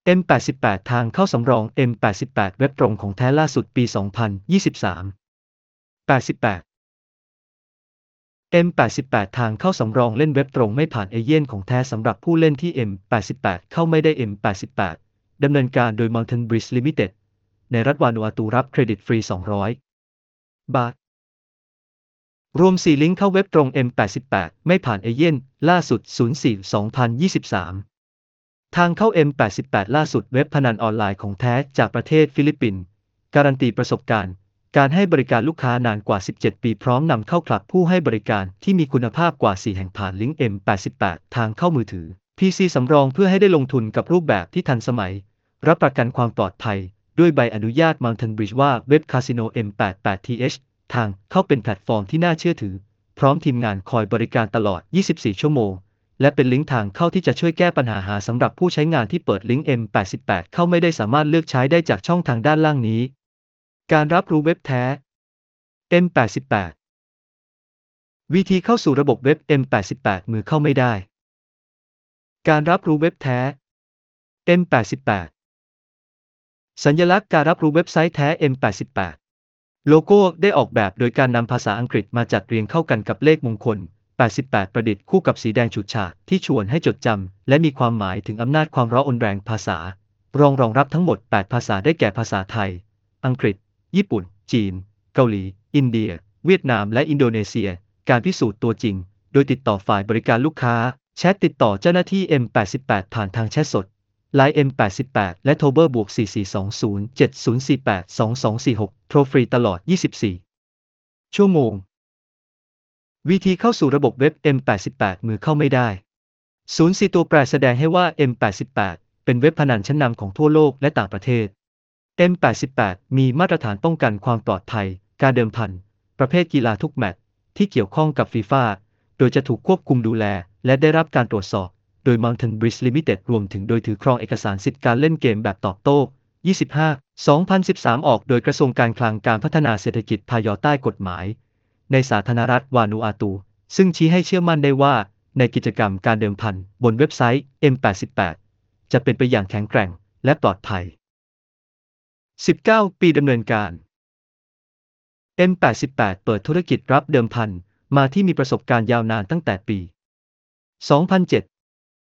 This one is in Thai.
M88 ทางเข้าสำรอง M88 เว็บตรงของแท้ล่าสุดปี 2023 88 M88 ทางเข้าสำรองเล่นเว็บตรงไม่ผ่านเอเย่นของแท้สำหรับผู้เล่นที่ M88 เข้าไม่ได้ M88 ดำเนินการโดย Mountain Breeze Limited ในรัฐวานูอาตูรับเครดิตฟรี 200 บาท รวม 4 ลิงก์เข้าเว็บตรง M88 ไม่ผ่านเอเย่นล่าสุด 04/2023 ทางเข้า M88 ล่าสุดเว็บพนันออนไลน์ของแท้จากประเทศฟิลิปปินส์การันตีประสบการณ์การให้บริการลูกค้านานกว่า 17 ปีพร้อมนำเข้าคลับผู้ให้บริการที่มีคุณภาพกว่า 4 แห่งผ่านลิงก์ M88 ทางเข้ามือถือ PC สำรองเพื่อให้ได้ลงทุนกับรูปแบบที่ทันสมัยรับประกันความปลอดภัยด้วยใบอนุญาต Mountain Bridge ว่าเว็บคาสิโน M88TH ทางเข้าเป็นแพลตฟอร์มที่น่าเชื่อถือพร้อมทีมงานคอยบริการตลอด 24 ชั่วโมงและเป็นลิงก์ทางเข้าที่จะช่วยแก้ปัญหาสำหรับผู้ใช้งานที่เปิดลิงก์ M88 เข้าไม่ได้สามารถเลือกใช้ได้จากช่องทางด้านล่างนี้การรับรู้เว็บแท้ M88 วิธีเข้าสู่ระบบเว็บ M88 มือเข้าไม่ได้การรับรู้เว็บแท้ M88 สัญลักษณ์การรับรู้เว็บไซต์แท้ M88 โลโก้ได้ออกแบบโดยการนำภาษาอังกฤษมาจัดเรียงเข้ากันกับเลขมงคล 88 ประดิษฐ์คู่กับสีแดงฉูดฉาดที่ชวนให้จดจำและมีความหมายถึงอำนาจความร้อนแรงภาษารองรับทั้งหมด 8 ภาษาได้แก่ภาษาไทย อังกฤษ ญี่ปุ่น จีน เกาหลี อินเดีย เวียดนามและอินโดนีเซีย การพิสูจน์ตัวจริง โดยติดต่อฝ่ายบริการลูกค้า แชทติดต่อเจ้าหน้าที่ M88 ผ่านทางแชทสด Line M88 และโทรเบอร์442070482246 โทรฟรีตลอด 24 ชั่วโมง วิธีเข้าสู่ระบบเว็บ M88 มือเข้าไม่ได้04ตัวแปรแสดงให้ว่า M88 เป็นเว็บพนันชั้นนำของทั่วโลกและต่างประเทศ M88 มีมาตรฐานป้องกันความปลอดภัยการเดิมพันประเภทกีฬาทุกแมตช์ที่เกี่ยวข้องกับฟีฟ่าโดยจะถูกควบคุมดูแลและได้รับการตรวจสอบโดย Mountain Breeze Limited รวมถึงโดยถือครองเอกสารสิทธิการเล่นเกมแบบตอบโต้ 25/2013 ออกโดยกระทรวงการคลังการพัฒนาเศรษฐกิจภายใต้กฎหมายในสาธารณรัฐวานูอาตูซึ่งชี้ให้เชื่อมั่นได้ว่าในกิจกรรมการเดิมพันบนเว็บไซต์ M88 จะเป็นไปอย่างแข็งแกร่งและปลอดภัย 19 ปีดำเนินการ M88 เปิดธุรกิจรับเดิมพันมาที่มีประสบการณ์ยาวนานตั้งแต่ปี 2007